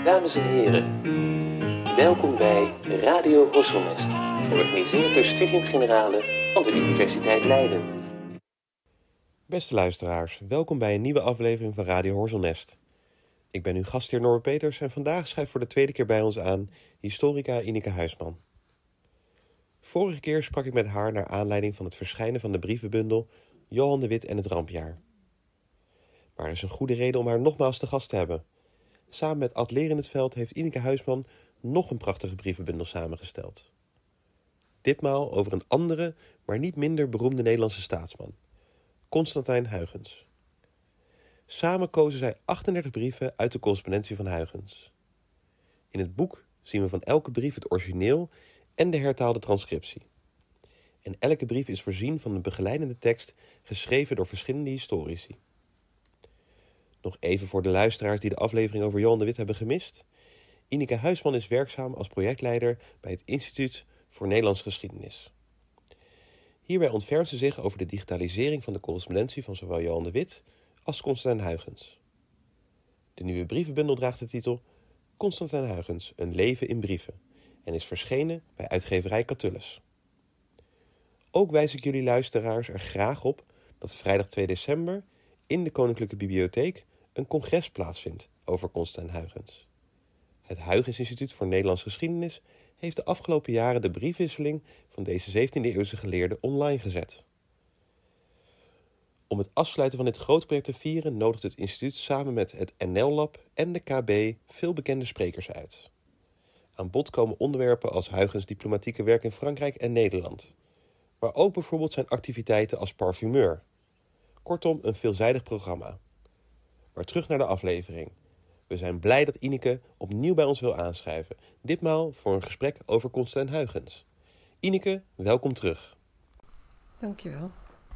Dames en heren, welkom bij Radio Horselnest, georganiseerd door Studium Generale van de Universiteit Leiden. Beste luisteraars, welkom bij een nieuwe aflevering van Radio Horselnest. Ik ben uw gastheer Norbert Peters en vandaag schrijft voor de tweede keer bij ons aan historica Ineke Huisman. Vorige keer sprak ik met haar naar aanleiding van het verschijnen van de brievenbundel Johan de Wit en het Rampjaar. Maar er is een goede reden om haar nogmaals te gast te hebben. Samen met Ad Leer in het Veld heeft Ineke Huisman nog een prachtige brievenbundel samengesteld. Ditmaal over een andere, maar niet minder beroemde Nederlandse staatsman, Constantijn Huygens. Samen kozen zij 38 brieven uit de correspondentie van Huygens. In het boek zien we van elke brief het origineel en de hertaalde transcriptie. En elke brief is voorzien van een begeleidende tekst geschreven door verschillende historici. Nog even voor de luisteraars die de aflevering over Johan de Wit hebben gemist. Ineke Huisman is werkzaam als projectleider bij het Instituut voor Nederlandse Geschiedenis. Hierbij ontfermt ze zich over de digitalisering van de correspondentie van zowel Johan de Wit als Constantijn Huygens. De nieuwe brievenbundel draagt de titel Constantijn Huygens, een leven in brieven en is verschenen bij uitgeverij Catullus. Ook wijs ik jullie luisteraars er graag op dat vrijdag 2 december in de Koninklijke Bibliotheek een congres plaatsvindt over Constantijn Huygens. Het Huygens Instituut voor Nederlandse Geschiedenis heeft de afgelopen jaren de briefwisseling van deze 17e-eeuwse geleerde online gezet. Om het afsluiten van dit grote project te vieren nodigt het instituut samen met het NL-lab en de KB veel bekende sprekers uit. Aan bod komen onderwerpen als Huygens' diplomatieke werk in Frankrijk en Nederland, maar ook bijvoorbeeld zijn activiteiten als parfumeur. Kortom, een veelzijdig programma. Maar terug naar de aflevering. We zijn blij dat Ineke opnieuw bij ons wil aanschuiven. Ditmaal voor een gesprek over Constantijn Huygens. Ineke, welkom terug. Dankjewel.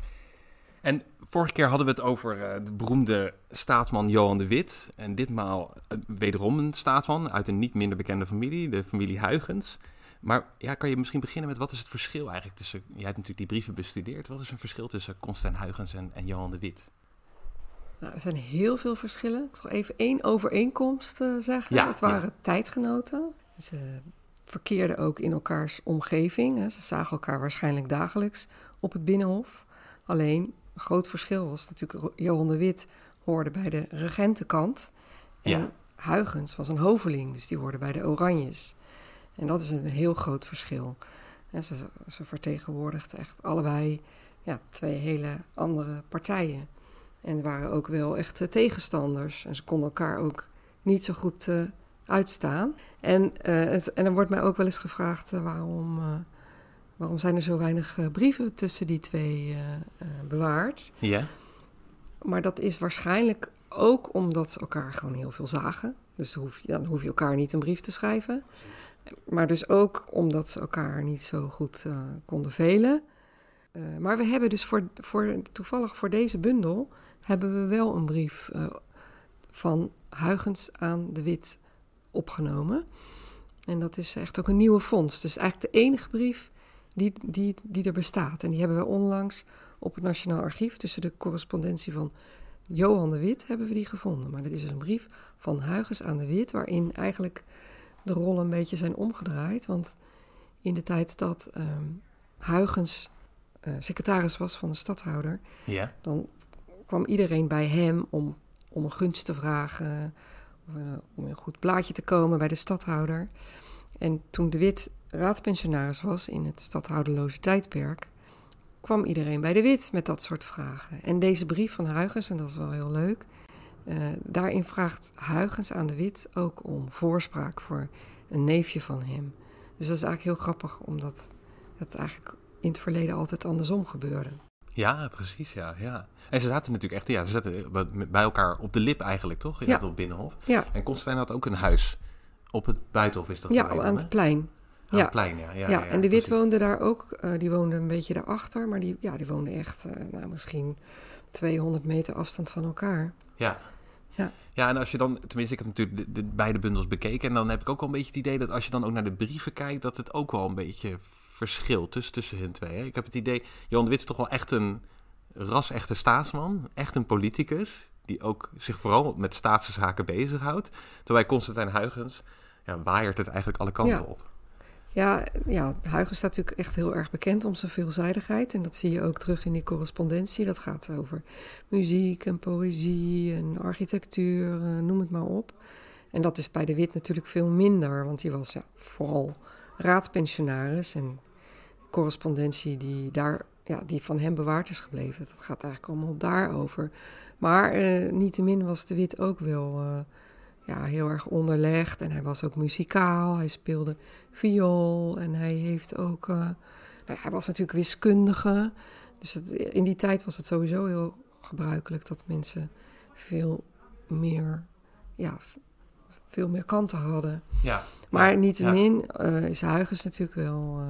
En vorige keer hadden we het over de beroemde staatsman Johan de Wit. En ditmaal wederom een staatsman uit een niet minder bekende familie, de familie Huygens. Maar ja, kan je misschien beginnen met wat is het verschil eigenlijk tussen... Jij hebt natuurlijk die brieven bestudeerd. Wat is een verschil tussen Constantijn Huygens en Johan de Wit? Nou, er zijn heel veel verschillen. Ik zal even één overeenkomst zeggen. Ja, het waren tijdgenoten. Ze verkeerden ook in elkaars omgeving. Hè. Ze zagen elkaar waarschijnlijk dagelijks op het Binnenhof. Alleen, een groot verschil was natuurlijk... Johan de Wit hoorde bij de regentenkant. En Huygens was een hoveling, dus die hoorde bij de Oranjes. En dat is een heel groot verschil. En ze vertegenwoordigden echt allebei twee hele andere partijen. En waren ook wel echt tegenstanders. En ze konden elkaar ook niet zo goed uitstaan. En er wordt mij ook wel eens gevraagd waarom zijn er zo weinig brieven tussen die twee bewaard. Ja. Maar dat is waarschijnlijk ook omdat ze elkaar gewoon heel veel zagen. Dus dan hoef je elkaar niet een brief te schrijven. Maar dus ook omdat ze elkaar niet zo goed konden velen. Maar we hebben dus toevallig voor deze bundel... hebben we wel een brief van Huygens aan de Wit opgenomen. En dat is echt ook een nieuwe vondst. Dus eigenlijk de enige brief die er bestaat. En die hebben we onlangs op het Nationaal Archief... tussen de correspondentie van Johan de Wit hebben we die gevonden. Maar dit is dus een brief van Huygens aan de Wit... waarin eigenlijk de rollen een beetje zijn omgedraaid. Want in de tijd dat Huygens secretaris was van de stadhouder... dan kwam iedereen bij hem om een gunst te vragen... of om een goed blaadje te komen bij de stadhouder. En toen de Wit raadspensionaris was in het stadhouderloze tijdperk... kwam iedereen bij de Wit met dat soort vragen. En deze brief van Huygens, en dat is wel heel leuk... daarin vraagt Huygens aan de Wit ook om voorspraak voor een neefje van hem. Dus dat is eigenlijk heel grappig, omdat het eigenlijk in het verleden altijd andersom gebeurde. Ja, precies, ja. En ze zaten natuurlijk echt, ze zaten bij elkaar op de lip eigenlijk, toch? In het Binnenhof. Ja. En Constantijn had ook een huis op het Buitenhof, is dat? Ja, aan het plein. Aan het plein, ja. En de Wit woonde daar ook, die woonde een beetje daarachter, maar die woonde echt misschien 200 meter afstand van elkaar. Ja, en als je dan, tenminste, ik heb natuurlijk de beide bundels bekeken... en dan heb ik ook wel een beetje het idee dat als je dan ook naar de brieven kijkt... dat het ook wel een beetje verschilt tussen hun twee. Hè? Ik heb het idee, Johan de Wit is toch wel echt een ras-echte staatsman, echt een politicus... die ook zich vooral met staatszaken bezighoudt. Terwijl Constantijn Huygens waaiert het eigenlijk alle kanten op. Ja, Huygens staat natuurlijk echt heel erg bekend om zijn veelzijdigheid. En dat zie je ook terug in die correspondentie. Dat gaat over muziek en poëzie en architectuur, noem het maar op. En dat is bij de Witt natuurlijk veel minder, want die was vooral raadpensionaris. En de correspondentie die van hem bewaard is gebleven, dat gaat eigenlijk allemaal daarover. Maar niettemin was de Witt ook wel heel erg onderlegd. En hij was ook muzikaal, hij speelde viool en hij heeft ook... hij was natuurlijk wiskundige. Dus in die tijd was het sowieso heel gebruikelijk dat mensen veel meer kanten hadden. Ja, maar niettemin is Huygens natuurlijk wel...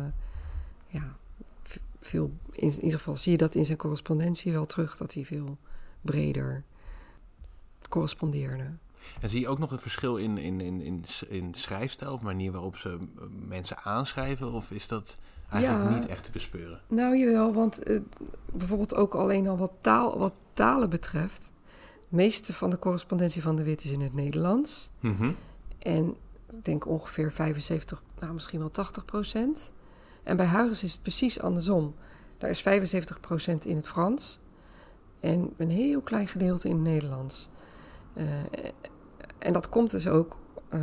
veel, in ieder geval zie je dat in zijn correspondentie wel terug, dat hij veel breder correspondeerde. En zie je ook nog een verschil in schrijfstijl of manier waarop ze mensen aanschrijven? Of is dat eigenlijk niet echt te bespeuren? Nou, jawel, want bijvoorbeeld ook alleen al wat talen betreft. Het meeste van de correspondentie van de Witt is in het Nederlands. Mm-hmm. En ik denk ongeveer 75, misschien wel 80%. En bij Huygens is het precies andersom. Daar is 75% in het Frans en een heel klein gedeelte in het Nederlands. En dat komt dus ook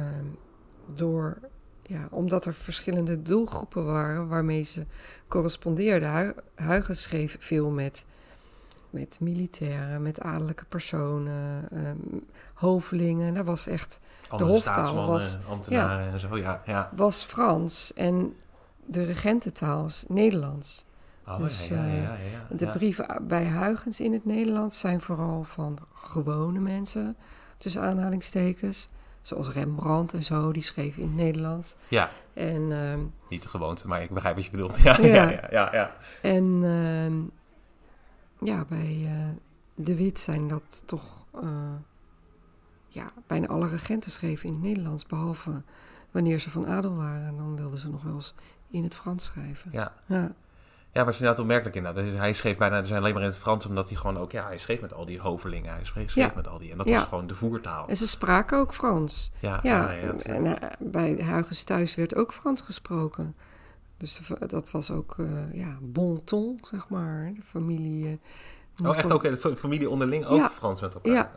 omdat er verschillende doelgroepen waren waarmee ze correspondeerden. Huygens schreef veel met militairen, met adellijke personen, hovelingen. Dat was echt andere de hoftaal. Staatsmannen, ambtenaren en zo, ja. Was Frans en de regententaal is Nederlands. Oh, dus de brieven bij Huygens in het Nederlands zijn vooral van gewone mensen, tussen aanhalingstekens. Zoals Rembrandt en zo, die schreven in het Nederlands. Ja, en, niet de gewoonte, maar ik begrijp wat je bedoelt. Ja. En bij de Witt zijn dat toch... bijna alle regenten schreven in het Nederlands, behalve wanneer ze van adel waren. En dan wilden ze nog wel eens in het Frans schrijven. Ja, maar het is inderdaad opmerkelijk inderdaad. Hij schreef bijna dus alleen maar in het Frans, omdat hij gewoon ook... hij schreef met al die hovelingen, hij schreef met al die... En dat was gewoon de voertaal. En ze spraken ook Frans. En bij Huygens thuis werd ook Frans gesproken. Dus dat was ook bon ton, zeg maar. De familie... echt ook de familie onderling ook Frans met elkaar?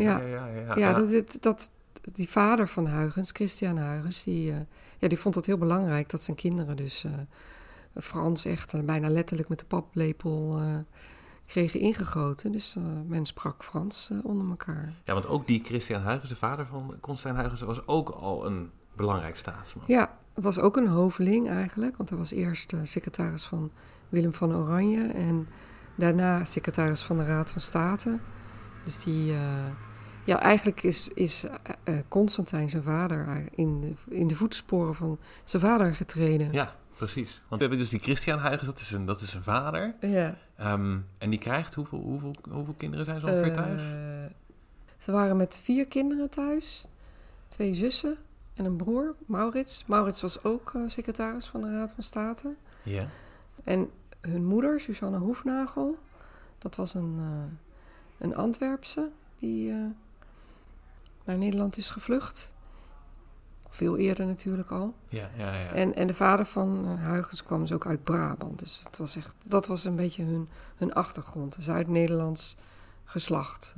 Die vader van Huygens, Christian Huygens, die vond het heel belangrijk dat zijn kinderen dus Frans echt bijna letterlijk met de paplepel kregen ingegoten. Dus men sprak Frans onder elkaar. Ja, want ook die Christian Huygens, de vader van Constantijn Huygens, was ook al een belangrijk staatsman. Ja, was ook een hoveling eigenlijk, want hij was eerst secretaris van Willem van Oranje en daarna secretaris van de Raad van State. Dus die... eigenlijk is Constantijn zijn vader in de voetsporen van zijn vader getreden. Ja, precies. Want we hebben dus die Christian Huygens, dat is zijn vader. Ja. En die krijgt, hoeveel kinderen zijn ze ongeveer thuis? Ze waren met 4 kinderen thuis. 2 zussen en een broer, Maurits. Maurits was ook secretaris van de Raad van State. Ja. En hun moeder, Susanne Hoefnagel, dat was een Antwerpse die naar Nederland is gevlucht. Veel eerder natuurlijk al. Ja. En de vader van Huygens kwam dus ook uit Brabant. Dus dat was een beetje hun achtergrond. Zuid-Nederlands geslacht.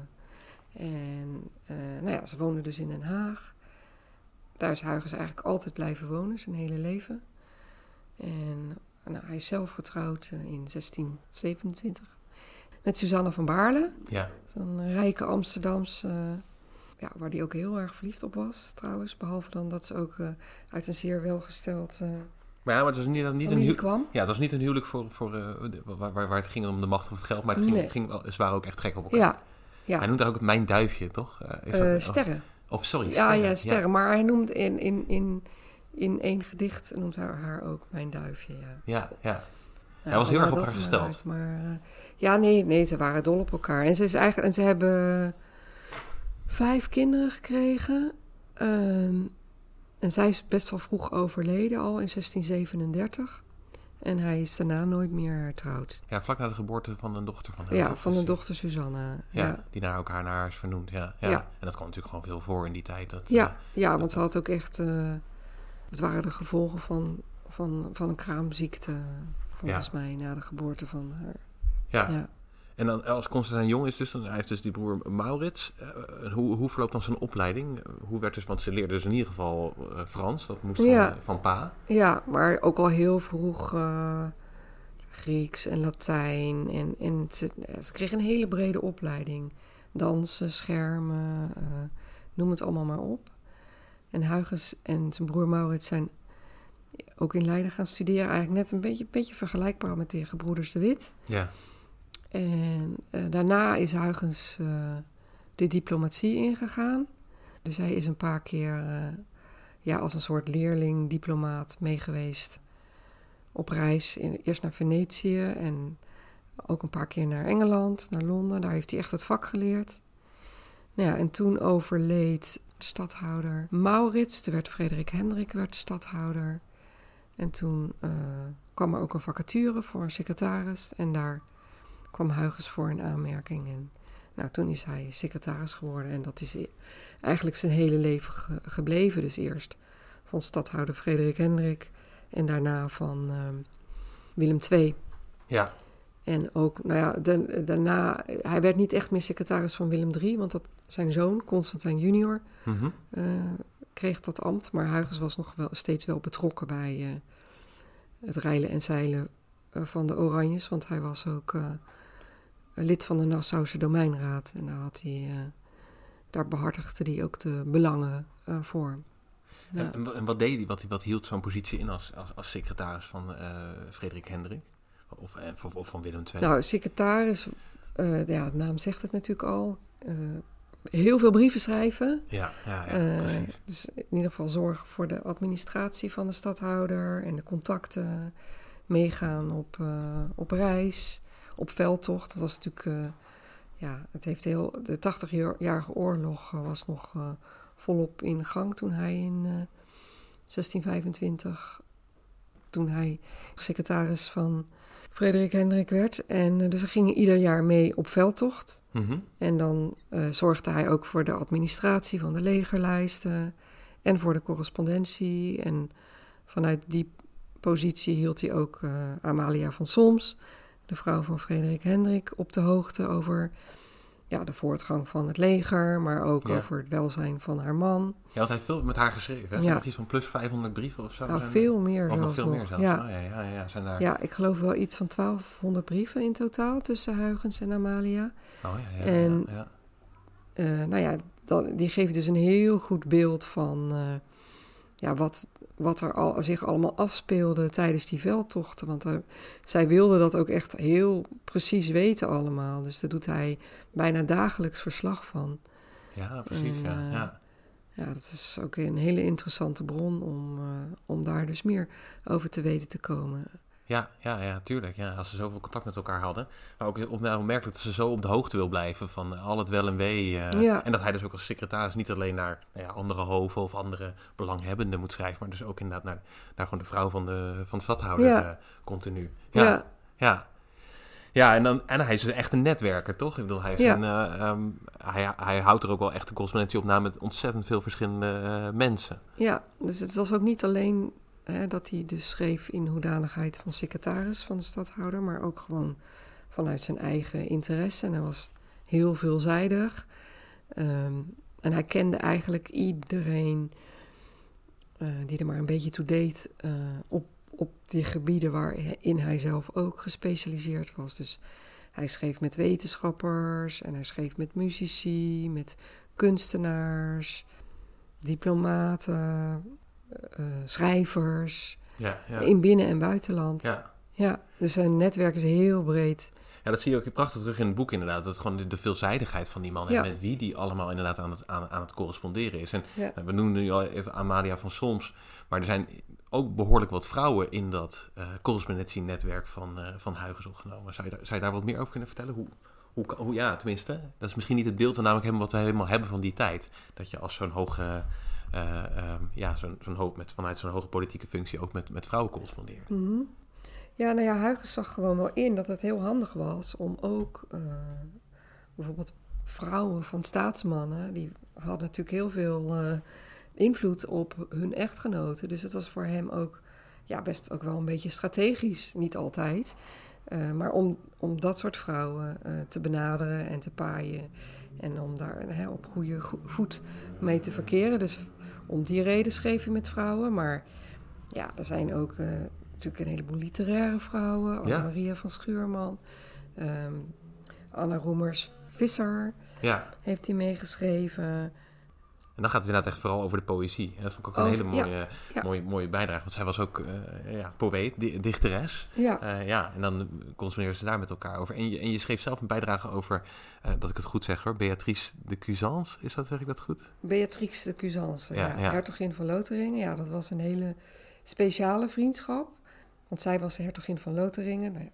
Ze woonden dus in Den Haag. Daar is Huygens eigenlijk altijd blijven wonen, zijn hele leven. En hij is zelf getrouwd in 1627 met Suzanne van Baarle. Ja. Zo'n rijke Amsterdamse... waar die ook heel erg verliefd op was, trouwens. Behalve dan dat ze ook uit een zeer welgesteld maar het was niet een huwelijk kwam. Ja, het was niet een huwelijk waar het ging om de macht of het geld, maar ze waren ook echt gek op elkaar. Ja. Hij noemt ook het mijn duifje, toch? Sterren. Sorry, Sterren. Ja, Sterren. Maar hij noemt in één gedicht noemt hij haar ook mijn duifje, Ja. Hij was heel erg op haar gesteld. Nee, ze waren dol op elkaar. En ze hebben 5 kinderen gekregen. En zij is best wel vroeg overleden, al in 1637. En hij is daarna nooit meer hertrouwd. Ja, vlak na de geboorte van een dochter van hem. Ja, van de dochter Susanna. Ja, die naar elkaar naar haar is vernoemd. Ja. Ja. En dat kwam natuurlijk gewoon veel voor in die tijd. Want ze had ook echt... het waren de gevolgen van een kraamziekte, volgens mij, na de geboorte van haar. Ja. En dan als Constantijn jong is, hij heeft dus die broer Maurits. Hoe verloopt dan zijn opleiding? Hoe werd dus, want ze leerde dus in ieder geval Frans, dat moest van pa. Ja, maar ook al heel vroeg Grieks en Latijn. En ze kreeg een hele brede opleiding. Dansen, schermen, noem het allemaal maar op. En Huygens en zijn broer Maurits zijn ook in Leiden gaan studeren. Eigenlijk net een beetje vergelijkbaar met de gebroeders de Wit. Ja. En daarna is Huygens de diplomatie ingegaan. Dus hij is een paar keer als een soort leerling, diplomaat meegeweest op reis. Eerst naar Venetië en ook een paar keer naar Engeland, naar Londen. Daar heeft hij echt het vak geleerd. Nou ja, en toen overleed stadhouder Maurits. Toen werd Frederik Hendrik stadhouder. En toen kwam er ook een vacature voor een secretaris. En daar kwam Huygens voor in aanmerking. En toen is hij secretaris geworden. En dat is eigenlijk zijn hele leven gebleven. Dus eerst van stadhouder Frederik Hendrik. En daarna van Willem II. Ja. En ook, daarna... Hij werd niet echt meer secretaris van Willem III. Want zijn zoon, Constantijn junior, kreeg dat ambt. Maar Huygens was nog wel steeds wel betrokken bij het reilen en zeilen van de Oranjes. Want hij was ook lid van de Nassause Domeinraad. En daar behartigde hij ook de belangen voor. Ja. En wat deed hij? Wat hield zo'n positie in als secretaris van Frederik Hendrik? Of van Willem II? Nou, secretaris, de naam zegt het natuurlijk al. Heel veel brieven schrijven. Ja, precies. Dus in ieder geval zorgen voor de administratie van de stadhouder en de contacten. Meegaan op reis, op veldtocht. Dat was natuurlijk, de 80-jarige oorlog was nog volop in gang toen hij in 1625, toen hij secretaris van Frederik Hendrik werd. En dus ze gingen ieder jaar mee op veldtocht. Mm-hmm. En dan zorgde hij ook voor de administratie van de legerlijsten en voor de correspondentie. En vanuit die positie hield hij ook Amalia van Solms, de vrouw van Frederik Hendrik, op de hoogte over de voortgang van het leger, maar ook over het welzijn van haar man. Ja, want hij heeft veel met haar geschreven, hè? Iets van plus 500 brieven of zo? Nou, veel meer zelfs nog. Veel meer zelfs. Ja. Zijn daar... Ja, ik geloof wel iets van 1200 brieven in totaal tussen Huygens en Amalia. Oh ja. En die geven dus een heel goed beeld van wat er zich allemaal afspeelde tijdens die veldtochten. Want zij wilden dat ook echt heel precies weten allemaal. Dus daar doet hij bijna dagelijks verslag van. Ja, precies. Ja, dat is ook een hele interessante bron om daar dus meer over te weten te komen. Ja, tuurlijk. Ja, als ze zoveel contact met elkaar hadden. Maar ook opmerkelijk dat ze zo op de hoogte wil blijven van al het wel en wee. En dat hij dus ook als secretaris niet alleen naar andere hoven of andere belanghebbenden moet schrijven, maar dus ook inderdaad naar gewoon de vrouw van de stadhouder continu. Ja, en hij is dus echt een netwerker, toch? Ik bedoel, hij houdt er ook wel echt een correspondentie op na met ontzettend veel verschillende mensen. Ja, dus het was ook niet alleen dat hij dus schreef in hoedanigheid van secretaris van de stadhouder, maar ook gewoon vanuit zijn eigen interesse. En hij was heel veelzijdig. En hij kende eigenlijk iedereen die er maar een beetje toe deed op die gebieden waarin hij zelf ook gespecialiseerd was. Dus hij schreef met wetenschappers en hij schreef met muzici, met kunstenaars, diplomaten, schrijvers, in binnen- en buitenland. Ja, dus zijn netwerk is heel breed. Ja, dat zie je ook prachtig terug in het boek inderdaad. Dat gewoon de veelzijdigheid van die man en met wie die allemaal inderdaad aan het corresponderen is. En we noemden nu al even Amalia van Solms, maar er zijn ook behoorlijk wat vrouwen in dat correspondentienetwerk van Huygens opgenomen. Zou je daar wat meer over kunnen vertellen? Hoe ja, tenminste, dat is misschien niet het beeld wat we helemaal hebben van die tijd. Dat je als zo'n hoge... vanuit zo'n hoge politieke functie ook met vrouwen correspondeert. Mm-hmm. Ja, nou ja, Huygens zag gewoon wel in dat het heel handig was om ook bijvoorbeeld vrouwen van staatsmannen, die hadden natuurlijk heel veel invloed op hun echtgenoten. Dus het was voor hem ook best ook wel een beetje strategisch, niet altijd. Maar om dat soort vrouwen te benaderen en te paaien en om daar op goede voet mee te verkeren. Dus om die reden schreef hij met vrouwen. Maar ja, er zijn ook natuurlijk een heleboel literaire vrouwen. Anna-Maria van Schuurman, Anna Roemers-Visser heeft hij meegeschreven. En dan gaat het inderdaad echt vooral over de poëzie. En dat vond ik ook een hele mooie bijdrage. Want zij was ook poëet, dichteres. En dan converseren ze daar met elkaar over. En je schreef zelf een bijdrage over, dat ik het goed zeg hoor, Beatrix de Cusance. Zeg ik dat goed? Beatrix de Cusance, hertogin van Lotharingen. Ja, dat was een hele speciale vriendschap. Want zij was de hertogin van Lotharingen.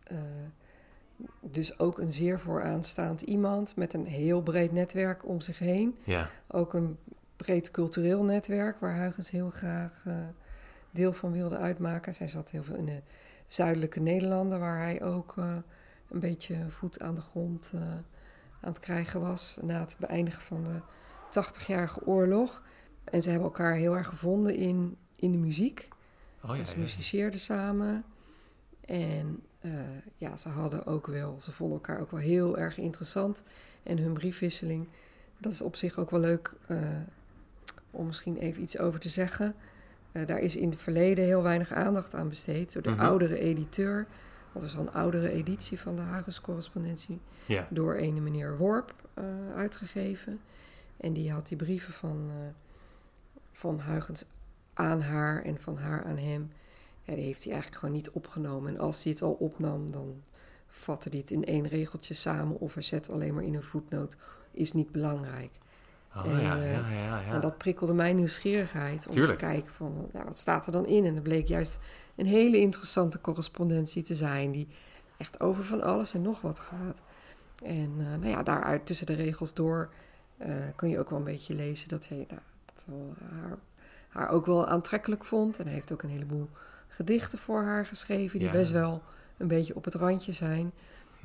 Dus ook een zeer vooraanstaand iemand met een heel breed netwerk om zich heen. Ja. Ook een breed cultureel netwerk waar Huygens heel graag deel van wilde uitmaken. Zij zat heel veel in de zuidelijke Nederlanden, waar hij ook een beetje voet aan de grond aan het krijgen was na het beëindigen van de 80-jarige oorlog. En ze hebben elkaar heel erg gevonden in de muziek. Ze muziceerden samen. En ze vonden elkaar ook wel heel erg interessant. En hun briefwisseling, dat is op zich ook wel leuk om misschien even iets over te zeggen. Daar is in het verleden heel weinig aandacht aan besteed door de oudere editeur. Want er is al een oudere editie van de Huygens-correspondentie door ene meneer Worp uitgegeven. En die had die brieven van Huygens aan haar en van haar aan hem. Ja, die heeft hij eigenlijk gewoon niet opgenomen. En als hij het al opnam, dan vatte hij het in 1 regeltje samen. Of hij zet alleen maar in een voetnoot. Is niet belangrijk. En dat prikkelde mijn nieuwsgierigheid om te kijken van, wat staat er dan in? En dat bleek juist een hele interessante correspondentie te zijn. Die echt over van alles en nog wat gaat. En daaruit tussen de regels door kun je ook wel een beetje lezen dat hij haar ook wel aantrekkelijk vond. En hij heeft ook een heleboel gedichten voor haar geschreven, die best wel een beetje op het randje zijn.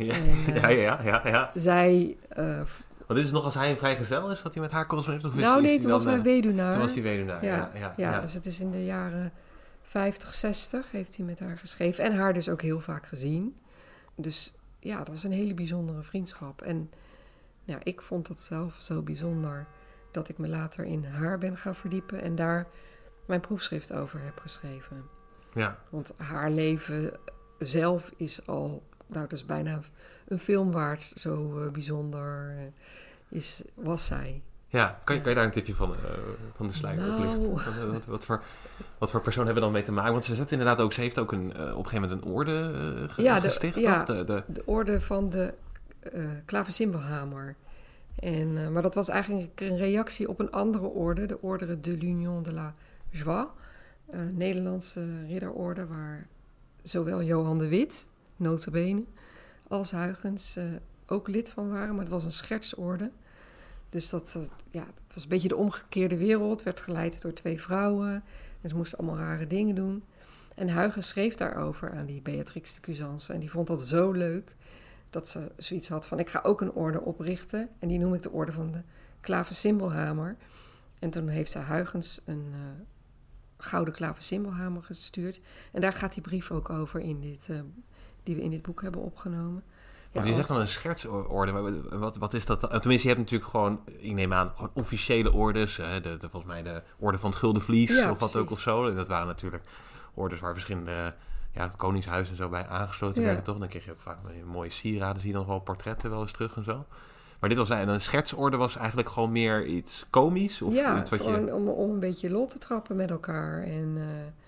Zij... Want dit is nog als hij een vrijgezel is, dat hij met haar correspondeert? Toen was hij weduwnaar. Toen was hij weduwnaar, ja. Dus het is in de jaren 50, 60 heeft hij met haar geschreven. En haar dus ook heel vaak gezien. Dus ja, dat was een hele bijzondere vriendschap. En ik vond dat zelf zo bijzonder dat ik me later in haar ben gaan verdiepen en daar mijn proefschrift over heb geschreven. Ja. Want haar leven zelf is al, dat is bijna een film waard, zo bijzonder was zij. Ja, kan je daar een tipje van de sluier oplichten? Wat voor persoon hebben we dan mee te maken? Want ze heeft ook op een gegeven moment een orde gesticht. De orde van de klavecimbelhamer. Maar dat was eigenlijk een reactie op een andere orde, de Ordre de l'Union de la Joie, Nederlandse ridderorde, waar zowel Johan de Witt, nota bene, als Huygens ook lid van waren. Maar het was een schertsorde. Dus dat was een beetje de omgekeerde wereld, werd geleid door 2 vrouwen. En ze moesten allemaal rare dingen doen. En Huygens schreef daarover aan die Beatrix de Cusance. En die vond dat zo leuk dat ze zoiets had van, ik ga ook een orde oprichten. En die noem ik de orde van de klavecimbelhamer. En toen heeft ze Huygens een gouden klavecimbelhamer gestuurd. En daar gaat die brief ook over die we in dit boek hebben opgenomen. Want je zegt dan een schertsorde, maar wat is dat? Tenminste, je hebt natuurlijk gewoon, ik neem aan, gewoon officiële ordes. Volgens mij de orde van het Gulden Vlies of wat ook of zo. Dat waren natuurlijk ordes waar verschillende het koningshuis en zo bij aangesloten werden, toch? Dan kreeg je ook vaak mooie sieraden, zie je dan wel portretten wel eens terug en zo. Maar dit was een schertsorde was eigenlijk gewoon meer iets komisch? Of iets wat gewoon om een beetje lol te trappen met elkaar. En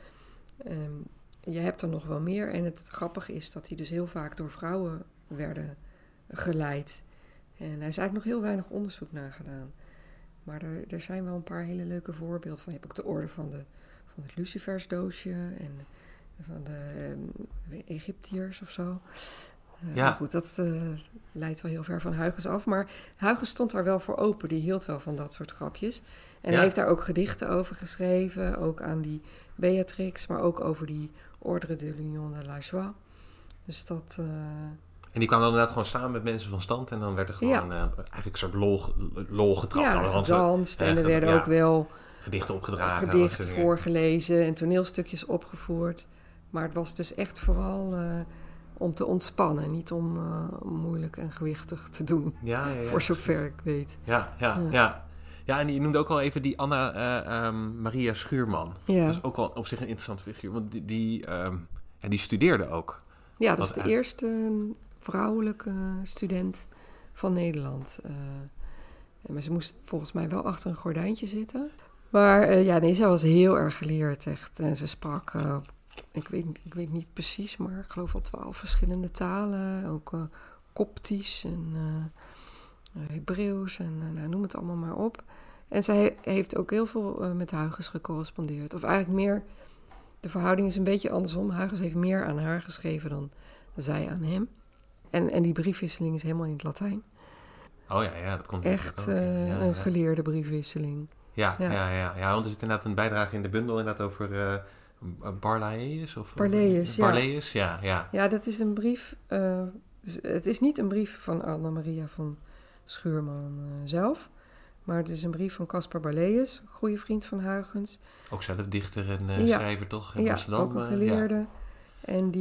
je hebt er nog wel meer. En het grappige is dat die dus heel vaak door vrouwen werden geleid. En er is eigenlijk nog heel weinig onderzoek naar gedaan. Maar er zijn wel een paar hele leuke voorbeelden van. Je hebt ook de orde van het Lucifersdoosje en van de Egyptiërs of zo. Maar goed, dat leidt wel heel ver van Huygens af. Maar Huygens stond daar wel voor open. Die hield wel van dat soort grapjes. En hij heeft daar ook gedichten over geschreven. Ook aan die Beatrix, maar ook over die Ordre de l'Union de la Joie. Dus dat... En die kwamen dan inderdaad gewoon samen met mensen van stand en dan werd er gewoon eigenlijk een soort lol getrapt. Ja, gedanst en er werden ook wel gedichten opgedragen. Gedichten voorgelezen en toneelstukjes opgevoerd. Maar het was dus echt vooral om te ontspannen, niet om moeilijk en gewichtig te doen. Voor zover ik weet. Ja, en je noemde ook al even die Anna Maria Schuurman. Ja. Dat is ook wel op zich een interessante figuur, want die studeerde ook. Ja, dat is de eerste vrouwelijke student van Nederland. Maar ze moest volgens mij wel achter een gordijntje zitten. Maar zij was heel erg geleerd echt. En ze sprak, ik weet niet precies, maar ik geloof al 12 verschillende talen. Ook Koptisch en Hebreeuws en noem het allemaal maar op. En zij heeft ook heel veel met Huygens gecorrespondeerd. Of eigenlijk meer, de verhouding is een beetje andersom. Huygens heeft meer aan haar geschreven dan zij aan hem. En die briefwisseling is helemaal in het Latijn. Oh ja, dat komt echt een geleerde briefwisseling. Ja, want er zit inderdaad een bijdrage in de bundel inderdaad over Barlaeus. Barlaeus, ja. Ja, dat is een brief. Het is niet een brief van Anna Maria van Schuurman zelf. Maar het is een brief van Caspar Barlaeus, goede vriend van Huygens. Ook zelf dichter en schrijver toch in Amsterdam. Ja, ook een geleerde. En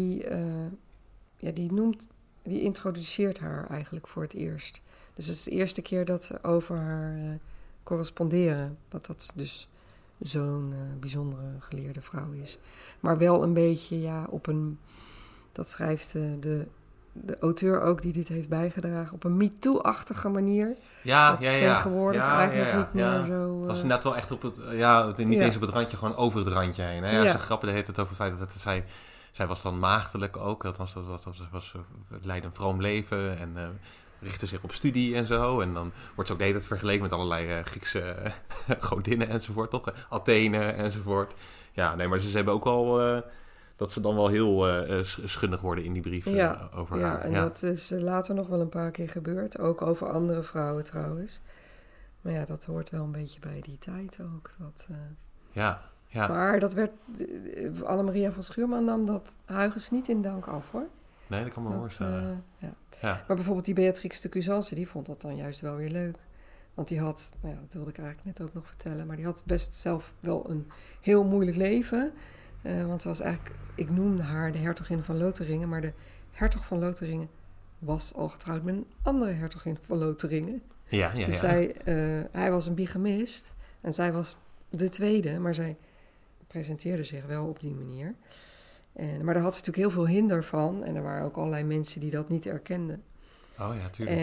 die introduceert haar eigenlijk voor het eerst. Dus het is de eerste keer dat ze over haar corresponderen. Dat dus zo'n bijzondere geleerde vrouw is. Maar wel een beetje op een... Dat schrijft de auteur ook die dit heeft bijgedragen... op een MeToo-achtige manier. Tegenwoordig eigenlijk niet meer zo... was inderdaad wel echt op het... niet eens op het randje, gewoon over het randje heen. Hè? Ze grappen heet het over het feit dat zij was dan maagdelijk ook. Althans, leidde een vroom leven en richtte zich op studie en zo. En dan wordt ze ook de hele tijd vergeleken met allerlei Griekse godinnen enzovoort, toch? Athene enzovoort. Ja, nee, maar ze hebben ook al... dat ze dan wel heel schunnig worden in die brieven over haar. En dat is later nog wel een paar keer gebeurd. Ook over andere vrouwen trouwens. Maar ja, dat hoort wel een beetje bij die tijd ook. Ja. Maar dat werd... Anne-Maria van Schuurman nam dat Huygens niet in dank af, hoor. Nee, dat kan me voorstellen. Ja. Maar bijvoorbeeld die Beatrix de Cusance, die vond dat dan juist wel weer leuk. Want die had, dat wilde ik eigenlijk net ook nog vertellen... maar die had best zelf wel een heel moeilijk leven... want ze was eigenlijk, ik noemde haar de hertogin van Lotharingen... maar de hertog van Lotharingen was al getrouwd met een andere hertogin van Lotharingen. Dus hij was een bigamist en zij was de tweede... maar zij presenteerde zich wel op die manier. Maar daar had ze natuurlijk heel veel hinder van... en er waren ook allerlei mensen die dat niet erkenden. Oh ja, tuurlijk.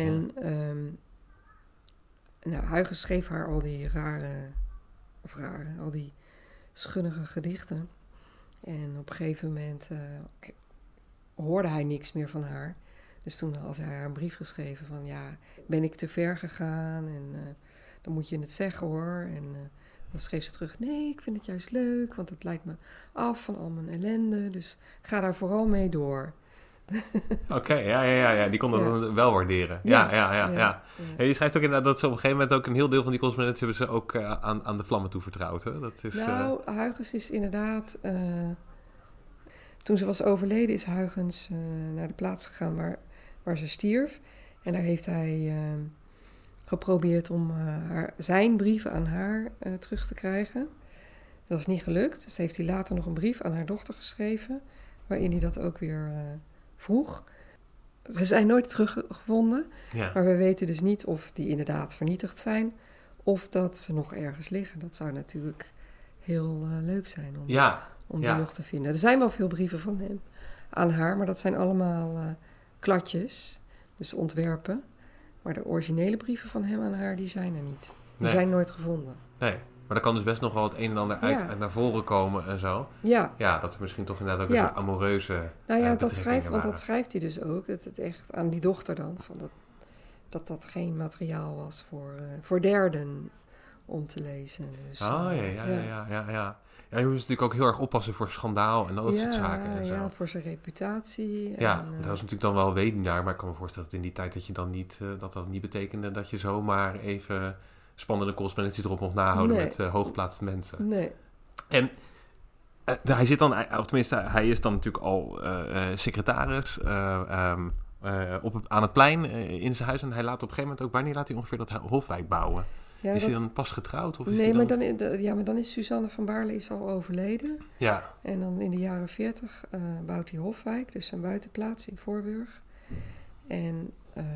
En Huygens schreef haar al die al die schunnige gedichten... En op een gegeven moment hoorde hij niks meer van haar. Dus toen had hij haar een brief geschreven van... ben ik te ver gegaan? En dan moet je het zeggen, hoor. En dan schreef ze terug... nee, ik vind het juist leuk, want het leidt me af van al mijn ellende. Dus ga daar vooral mee door. Oké, die kon dat dan wel waarderen. Ja. En je schrijft ook inderdaad dat ze op een gegeven moment... ook een heel deel van die correspondentie... hebben ze ook aan de vlammen toevertrouwd. Hè? Dat is, Huygens is inderdaad... toen ze was overleden is Huygens naar de plaats gegaan waar ze stierf. En daar heeft hij geprobeerd om zijn brieven aan haar terug te krijgen. Dat is niet gelukt. Dus heeft hij later nog een brief aan haar dochter geschreven... waarin hij dat ook weer vroeg. Ze zijn nooit teruggevonden. Maar we weten dus niet of die inderdaad vernietigd zijn... of dat ze nog ergens liggen. Dat zou natuurlijk heel leuk zijn om die nog te vinden. Er zijn wel veel brieven van hem aan haar... maar dat zijn allemaal kladjes, dus ontwerpen. Maar de originele brieven van hem aan haar, die zijn er niet. Die zijn nooit gevonden. Nee. Maar er kan dus best nog wel het een en ander uit naar voren komen en zo. Ja, dat er misschien toch inderdaad ook een soort amoureuze dat schrijft hij dus ook. Dat het echt aan die dochter dan... van dat geen materiaal was voor derden om te lezen. Dus, ja. Ja, je moet natuurlijk ook heel erg oppassen voor schandaal en dat soort zaken. En zo. Ja, voor zijn reputatie. Ja, dat was natuurlijk dan wel wedenjaar. Maar ik kan me voorstellen dat in die tijd dat je dan niet... dat niet betekende dat je zomaar even... spannende correspondentie erop mocht nahouden met hooggeplaatste mensen. Nee. En Hij zit dan, of tenminste, hij is dan natuurlijk al secretaris aan het plein in zijn huis. En hij laat op een gegeven moment ook, wanneer laat hij ongeveer dat Hofwijk bouwen? Ja, is hij dan pas getrouwd? Of is nee, hij dan... maar dan is Suzanne van Baarle is al overleden. Ja. En dan in de jaren 40 bouwt hij Hofwijk, dus een buitenplaats in Voorburg. En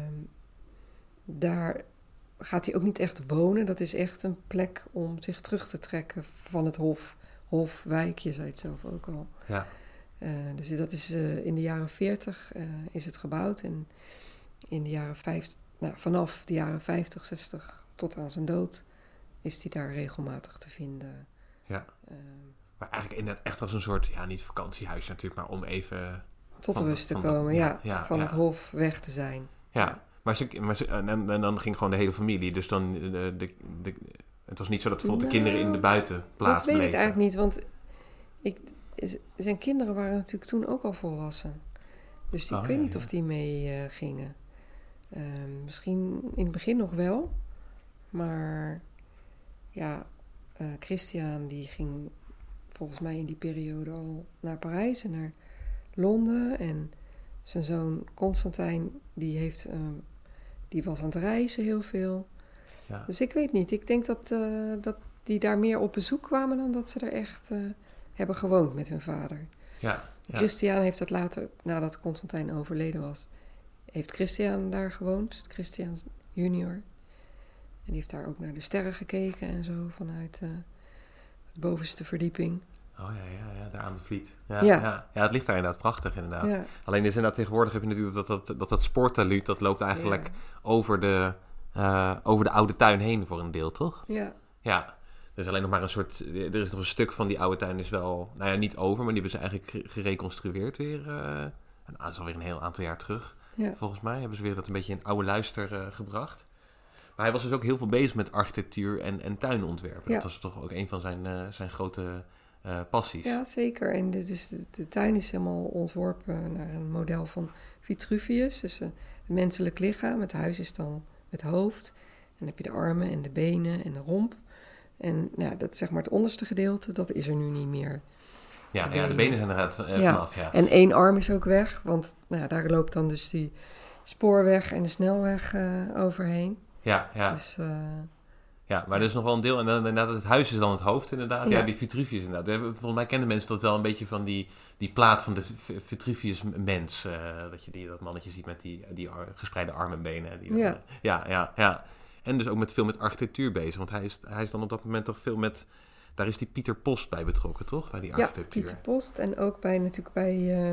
daar gaat hij ook niet echt wonen. Dat is echt een plek om zich terug te trekken van het Hofwijk, je zei het zelf ook al. Ja. Dus dat is in de jaren 40 is het gebouwd. En in de jaren 50, vanaf de jaren 50, 60 tot aan zijn dood is hij daar regelmatig te vinden. Ja. Maar eigenlijk inderdaad echt als een soort, ja, niet vakantiehuis natuurlijk, maar om even... Tot rust te komen, van het hof weg te zijn. Ja, maar en dan ging gewoon de hele familie, dus dan het was niet zo dat bijvoorbeeld de kinderen in de buitenplaats bleven. Dat weet ik eigenlijk niet, want zijn kinderen waren natuurlijk toen ook al volwassen. Dus ik weet niet of die mee gingen. Misschien in het begin nog wel, maar ja, Christian die ging volgens mij in die periode al naar Parijs en naar Londen. En zijn zoon Constantijn, die was aan het reizen heel veel. Ja. Dus ik weet niet. Ik denk dat die daar meer op bezoek kwamen dan dat ze er echt hebben gewoond met hun vader. Ja. Christian heeft dat later, nadat Constantijn overleden was, heeft Christian daar gewoond. Christian junior. En die heeft daar ook naar de sterren gekeken en zo vanuit de bovenste verdieping. Oh ja, daar aan de Vliet. Ja, het ligt daar inderdaad prachtig inderdaad. Ja. Alleen is inderdaad tegenwoordig heb je natuurlijk dat spoortaluut, dat loopt eigenlijk over de oude tuin heen voor een deel, toch? Ja. Ja, er is alleen nog maar een soort, er is nog een stuk van die oude tuin is wel, niet over, maar die hebben ze eigenlijk gereconstrueerd weer. Dat is alweer een heel aantal jaar terug. Ja. Volgens mij hebben ze weer dat een beetje in oude luister gebracht. Maar hij was dus ook heel veel bezig met architectuur en tuinontwerpen. Ja. Dat was toch ook een van zijn grote passies. Ja, zeker. En de tuin is helemaal ontworpen naar een model van Vitruvius. Dus het menselijk lichaam. Het huis is dan het hoofd. En dan heb je de armen en de benen en de romp. En dat zeg maar het onderste gedeelte, dat is er nu niet meer. Ja, de benen zijn eruit vanaf. Ja. En één arm is ook weg, want daar loopt dan dus die spoorweg en de snelweg overheen. Ja. Dus, maar er is nog wel een deel. En dan, inderdaad, het huis is dan het hoofd inderdaad. Ja, die Vitruvius inderdaad. Volgens mij kennen mensen dat wel een beetje van die plaat van de Vitruvius mens. Dat je dat mannetje ziet met die gespreide armen en benen. Ja. En dus ook veel met architectuur bezig. Want hij is dan op dat moment toch veel met... Daar is die Pieter Post bij betrokken, toch? Bij die architectuur. Ja, Pieter Post. En ook bij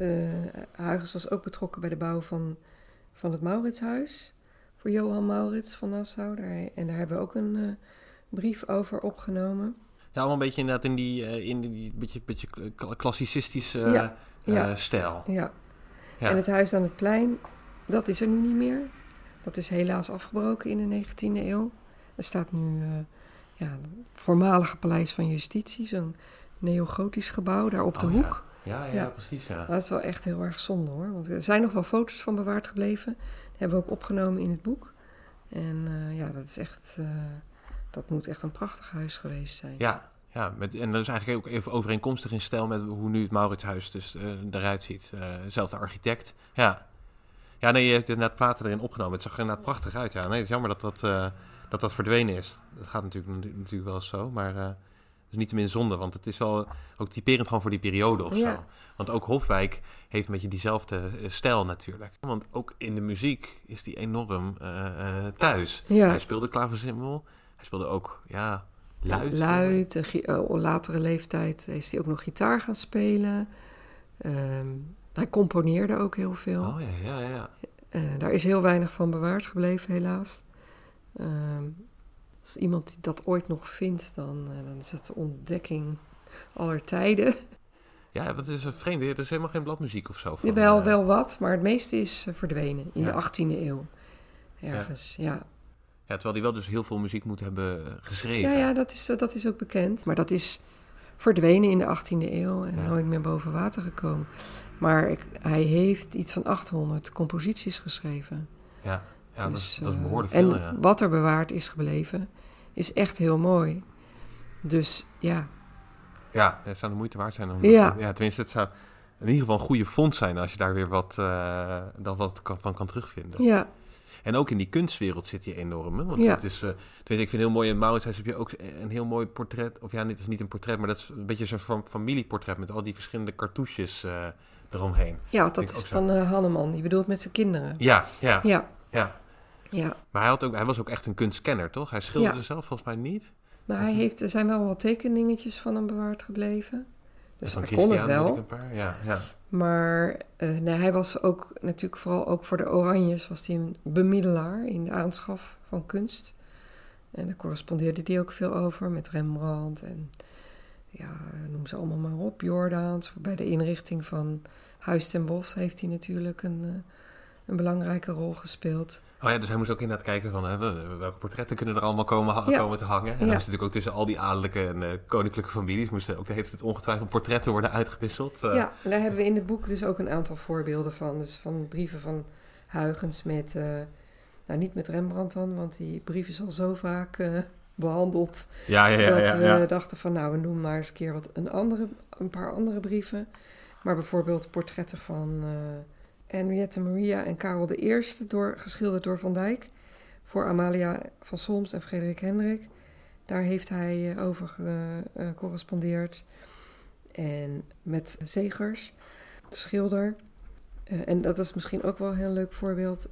Huygens was ook betrokken bij de bouw van het Mauritshuis. Voor Johan Maurits van Nassau. En daar hebben we ook een brief over opgenomen. Ja, allemaal een beetje inderdaad in die beetje klassicistische stijl. Ja. En het huis aan het plein, dat is er nu niet meer. Dat is helaas afgebroken in de 19e eeuw. Er staat nu het voormalige Paleis van Justitie, zo'n neogotisch gebouw daar op de hoek. Ja, precies. Ja. Dat is wel echt heel erg zonde hoor. Want er zijn nog wel foto's van bewaard gebleven. Die hebben we ook opgenomen in het boek. En dat is echt... dat moet echt een prachtig huis geweest zijn. Ja, en dat is eigenlijk ook even overeenkomstig in stijl met hoe nu het Mauritshuis dus eruit ziet. Zelfde architect. Ja, nee, je hebt inderdaad platen erin opgenomen. Het zag er inderdaad prachtig uit. Ja, nee, het is jammer dat verdwenen is. Dat gaat natuurlijk wel eens zo, maar... Dat is niet te min zonde, want het is wel ook typerend gewoon voor die periode of zo. Want ook Hofwijk heeft een beetje diezelfde stijl natuurlijk. Want ook in de muziek is die enorm thuis. Ja. Hij speelde klaversymbol. Hij speelde ook, luid. Op latere leeftijd is hij ook nog gitaar gaan spelen. Hij componeerde ook heel veel. Oh ja. Daar is heel weinig van bewaard gebleven, helaas. Als iemand die dat ooit nog vindt, dan is het de ontdekking aller tijden. Ja, dat is vreemd. Er is helemaal geen bladmuziek of zo. Wel wat, maar het meeste is verdwenen in de 18e eeuw. Ergens, ja. Ja, terwijl hij wel dus heel veel muziek moet hebben geschreven. Ja, dat is ook bekend. Maar dat is verdwenen in de 18e eeuw en nooit meer boven water gekomen. Maar hij heeft iets van 800 composities geschreven. Ja, dus, dat is behoorlijk veel. En wat er bewaard is gebleven, is echt heel mooi. Dus ja. Ja, het zou de moeite waard zijn. Ja. Tenminste, het zou in ieder geval een goede fonds zijn als je daar weer wat van kan terugvinden. Ja. En ook in die kunstwereld zit die enorm. Hè? Want Ja. het is, ik vind heel mooi, in Mauritshuis heb je ook een heel mooi portret. Of ja, het is niet een portret, maar dat is een beetje zo'n familieportret met al die verschillende cartouches eromheen. Ja, want dat is van Hanneman. Die bedoelt met zijn kinderen. Ja. Maar hij was ook echt een kunstkenner, toch? Hij schilderde zelf volgens mij niet. Nou, er zijn wel wat tekeningetjes van hem bewaard gebleven. Dus van hij kon het wel. Een paar. Ja. Maar hij was ook natuurlijk vooral ook voor de Oranjes was hij een bemiddelaar in de aanschaf van kunst. En daar correspondeerde hij ook veel over met Rembrandt en noem ze allemaal maar op. Jordaens. Bij de inrichting van Huis ten Bosch heeft hij natuurlijk een belangrijke rol gespeeld. Oh ja, dus hij moest ook inderdaad kijken van welke portretten kunnen er allemaal komen te hangen. En dan is natuurlijk ook tussen al die adellijke en koninklijke families moesten ook de hele tijd ongetwijfeld portretten worden uitgewisseld. Ja, en daar hebben we in het boek dus ook een aantal voorbeelden van. Dus van brieven van Huygens met, niet met Rembrandt dan, want die brief is al zo vaak behandeld. Dat we dachten van we doen maar eens een keer een paar andere brieven. Maar bijvoorbeeld portretten van Henriette Maria en Karel I, geschilderd door Van Dijk, voor Amalia van Solms en Frederik Hendrik. Daar heeft hij over gecorrespondeerd. En met Zegers, de schilder. En dat is misschien ook wel een heel leuk voorbeeld.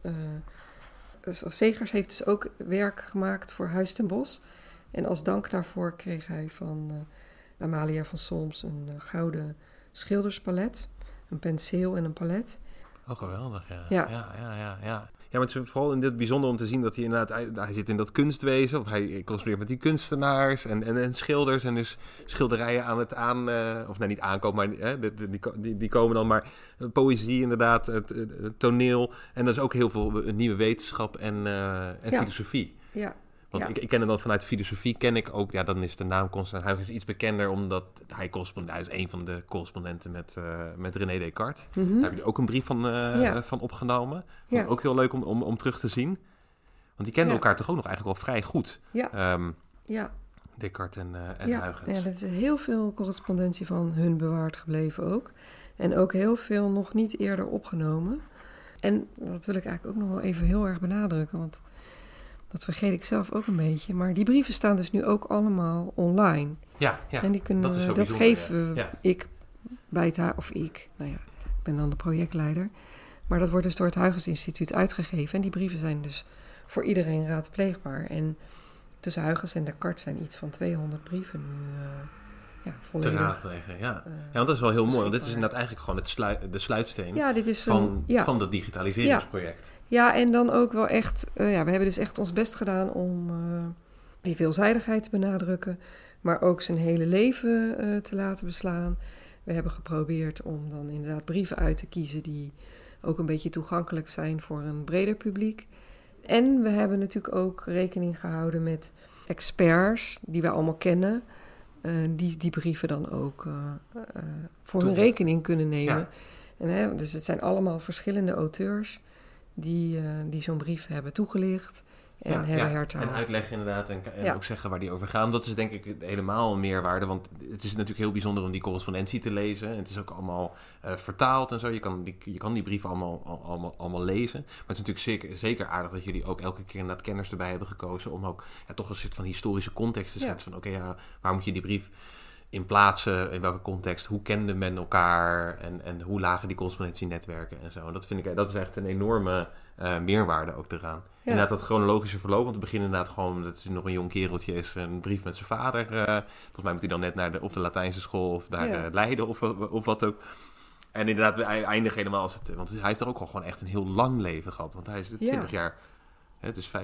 Zegers heeft dus ook werk gemaakt voor Huis ten Bosch. En als dank daarvoor kreeg hij van Amalia van Solms een gouden schilderspalet. Een penseel en een palet. Oh, geweldig, ja. Ja. Ja, maar het is vooral in dit bijzonder om te zien dat hij inderdaad... Hij zit in dat kunstwezen, of hij correspondeert met die kunstenaars en schilders. En dus schilderijen aan het niet aankomen, maar die komen dan. Maar poëzie inderdaad, het toneel. En dat is ook heel veel nieuwe wetenschap en filosofie. Ja. Want ik ken het dan vanuit filosofie, ken ik ook... dan is de naam Constantijn Huygens iets bekender... omdat hij is een van de correspondenten met René Descartes. Mm-hmm. Daar heb je ook een brief van opgenomen. Vond ik ook heel leuk om terug te zien. Want die kenden elkaar toch ook nog eigenlijk wel vrij goed. Ja. Descartes en Huygens. Ja, er is heel veel correspondentie van hun bewaard gebleven ook. En ook heel veel nog niet eerder opgenomen. En dat wil ik eigenlijk ook nog wel even heel erg benadrukken... want dat vergeet ik zelf ook een beetje. Maar die brieven staan dus nu ook allemaal online. Ja. En die kunnen dat geven ik bij ik ben dan de projectleider. Maar dat wordt dus door het Huygens Instituut uitgegeven. En die brieven zijn dus voor iedereen raadpleegbaar. En tussen Huygens en Descartes zijn iets van 200 brieven nu volledig te raadplegen, ja. Want dat is wel heel mooi. Want dit is inderdaad eigenlijk gewoon de sluitsteen van dat digitaliseringsproject. Ja, en dan ook wel echt... we hebben dus echt ons best gedaan om die veelzijdigheid te benadrukken... maar ook zijn hele leven te laten beslaan. We hebben geprobeerd om dan inderdaad brieven uit te kiezen... die ook een beetje toegankelijk zijn voor een breder publiek. En we hebben natuurlijk ook rekening gehouden met experts... die wij allemaal kennen... die brieven dan ook voor hun rekening kunnen nemen. Ja. En, dus het zijn allemaal verschillende auteurs... die zo'n brief hebben toegelicht en hebben hertaald. En uitleggen inderdaad en ook zeggen waar die over gaan. Dat is denk ik helemaal een meerwaarde, want het is natuurlijk heel bijzonder om die correspondentie te lezen. En het is ook allemaal vertaald en zo. Je kan die brieven allemaal lezen. Maar het is natuurlijk zeker aardig dat jullie ook elke keer inderdaad kenners erbij hebben gekozen... om ook toch een soort van historische context te schetsen. Van waar moet je die brief... in plaatsen, in welke context, hoe kende men elkaar en hoe lagen die correspondentienetwerken en zo. En dat is echt een enorme meerwaarde ook eraan. Ja. Inderdaad, dat chronologische verloop, want we beginnen inderdaad gewoon, dat hij nog een jong kereltje is, een brief met zijn vader. Volgens mij moet hij dan net op de Latijnse school of naar Leiden of wat ook. En inderdaad, we eindigen helemaal want hij heeft er ook al gewoon echt een heel lang leven gehad. Want hij is 20 jaar, het is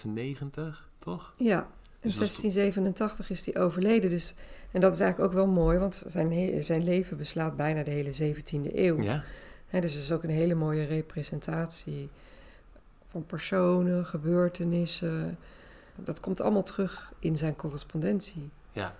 1596, toch? Ja. In 1687 is hij overleden. Dus, en dat is eigenlijk ook wel mooi, want zijn leven beslaat bijna de hele 17e eeuw. Ja. Dus het is ook een hele mooie representatie van personen, gebeurtenissen. Dat komt allemaal terug in zijn correspondentie. Ja.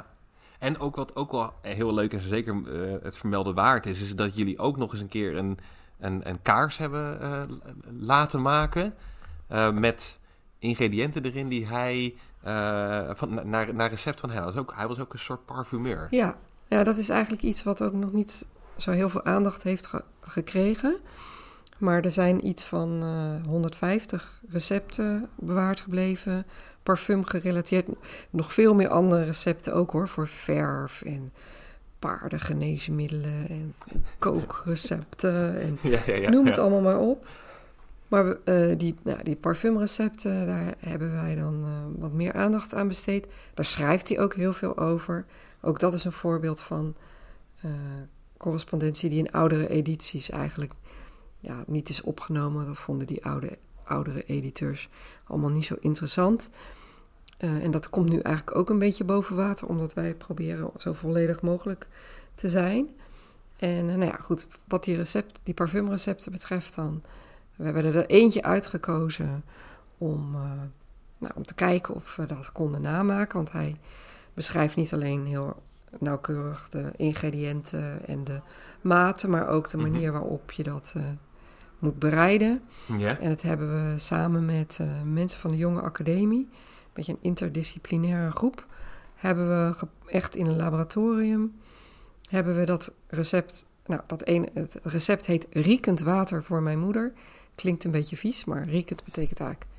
En ook wat ook wel heel leuk en zeker het vermelden waard is dat jullie ook nog eens een keer een kaars hebben laten maken met... ingrediënten erin die hij naar recept van hij was ook een soort parfumeur. Ja, dat is eigenlijk iets wat ook nog niet zo heel veel aandacht heeft gekregen. Maar er zijn iets van 150 recepten bewaard gebleven, parfum gerelateerd. Nog veel meer andere recepten ook hoor, voor verf en paardengeneesmiddelen en kookrecepten en noem het allemaal maar op. Maar die parfumrecepten, daar hebben wij dan wat meer aandacht aan besteed. Daar schrijft hij ook heel veel over. Ook dat is een voorbeeld van correspondentie die in oudere edities eigenlijk niet is opgenomen. Dat vonden die oudere editeurs allemaal niet zo interessant. En dat komt nu eigenlijk ook een beetje boven water, omdat wij proberen zo volledig mogelijk te zijn. En goed, wat die parfumrecepten betreft dan, we hebben er eentje uitgekozen om te kijken of we dat konden namaken. Want hij beschrijft niet alleen heel nauwkeurig de ingrediënten en de maten, maar ook de manier waarop je dat moet bereiden. Ja. En dat hebben we samen met mensen van de Jonge Academie, een beetje een interdisciplinaire groep, hebben we echt in een laboratorium, hebben we dat recept, het recept heet riekend water voor mijn moeder. Klinkt een beetje vies, maar riekend betekent eigenlijk,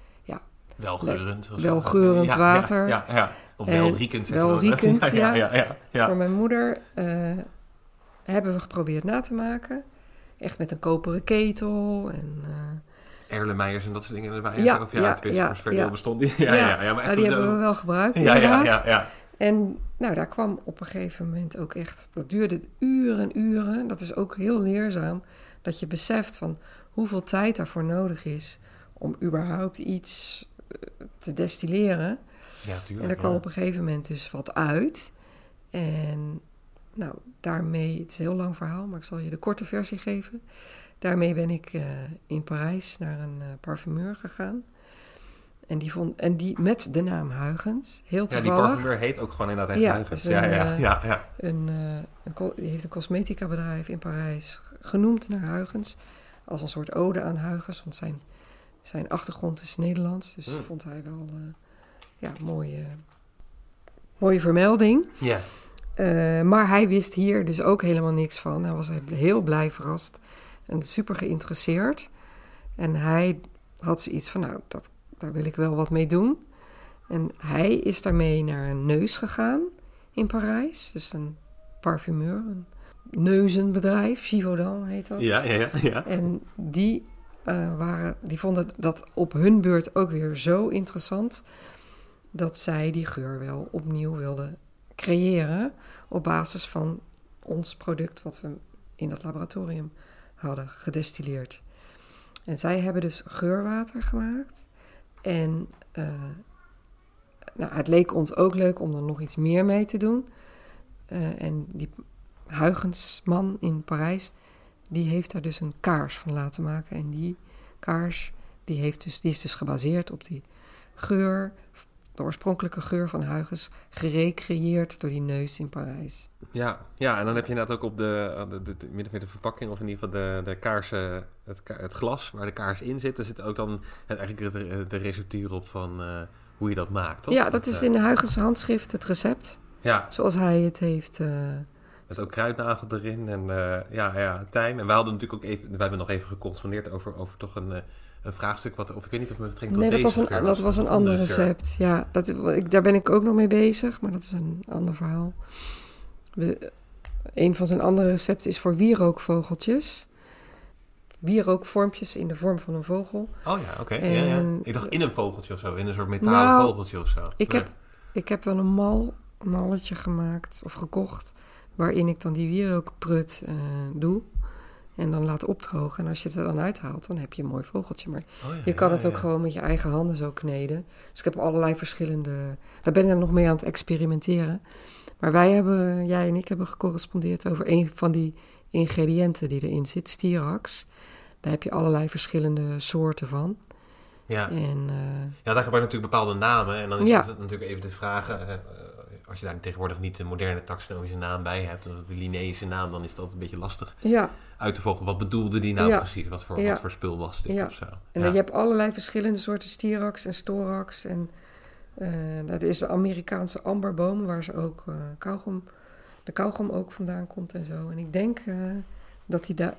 welgeurend water. Ja. Of welriekend. Welriekend, ja. Voor mijn moeder hebben we geprobeerd na te maken. Echt met een koperen ketel en Erlenmeyers en dat soort dingen erbij. Bestond die. Maar die hebben we wel gebruikt, inderdaad. Ja. En daar kwam op een gegeven moment ook echt, dat duurde uren. Dat is ook heel leerzaam, dat je beseft van hoeveel tijd daarvoor nodig is om überhaupt iets te destilleren. Ja, tuurlijk. En daar kwam op een gegeven moment dus wat uit. En daarmee, het is een heel lang verhaal, maar ik zal je de korte versie geven. Daarmee ben ik in Parijs naar een parfumeur gegaan. En die met de naam Huygens, heel toevallig. Ja, die parfumeur heet ook gewoon inderdaad Huygens. Die heeft een cosmetica bedrijf in Parijs genoemd naar Huygens. Als een soort ode aan Huygens, want zijn achtergrond is Nederlands. Dus vond hij wel mooie vermelding. Ja. Maar hij wist hier dus ook helemaal niks van. Hij was heel blij verrast en super geïnteresseerd. En hij had zoiets van, daar wil ik wel wat mee doen. En hij is daarmee naar een neus gegaan in Parijs. Dus een parfumeur, een neuzenbedrijf, Givaudan heet dat. Ja. En die vonden dat op hun beurt ook weer zo interessant, dat zij die geur wel opnieuw wilden creëren op basis van ons product wat we in dat laboratorium hadden gedestilleerd. En zij hebben dus geurwater gemaakt. En het leek ons ook leuk om er nog iets meer mee te doen. En die Huygensman in Parijs, die heeft daar dus een kaars van laten maken. En die kaars, die is dus gebaseerd op die geur, de oorspronkelijke geur van Huygens, gerecreëerd door die neus in Parijs. Ja, en dan heb je inderdaad ook op de verpakking, of in ieder geval de kaarsen, het glas waar de kaars in zit, er zit ook dan eigenlijk de receptuur op van hoe je dat maakt, toch? Ja, dat is in de Huygens handschrift het recept. Ja. Zoals hij het heeft. Met ook kruidnagel erin en tijm. En we hadden natuurlijk ook we hebben nog even gecorrespondeerd over toch een vraagstuk, of ik weet niet of we betrekking tot deze geur dat was een ander recept. Ja, daar ben ik ook nog mee bezig, maar dat is een ander verhaal. Een van zijn andere recepten is voor wierookvogeltjes. Wierookvormpjes in de vorm van een vogel. Oh ja, oké. Ja. Ik dacht in een vogeltje of zo, in een soort metalen vogeltje of zo. Ik heb wel een malletje gemaakt of gekocht, waarin ik dan die wierookprut doe en dan laat opdrogen. En als je het er dan uithaalt, dan heb je een mooi vogeltje. Maar je kan het ook gewoon met je eigen handen zo kneden. Dus ik heb allerlei verschillende. Daar ben ik nog mee aan het experimenteren. Maar jij en ik hebben gecorrespondeerd over een van die ingrediënten die erin zit, Styrax. Daar heb je allerlei verschillende soorten van. Ja, en, daar gebruik je natuurlijk bepaalde namen. En dan is het natuurlijk even de vraag, als je daar tegenwoordig niet de moderne taxonomische naam bij hebt, of de Linnaeusche naam, dan is dat een beetje lastig uit te volgen. Wat bedoelde die nou precies? Wat voor spul was dit of zo? En je hebt allerlei verschillende soorten Styrax en Storax en Dat is de Amerikaanse amberboom, waar ze ook de kauwgom ook vandaan komt en zo. En ik denk dat hij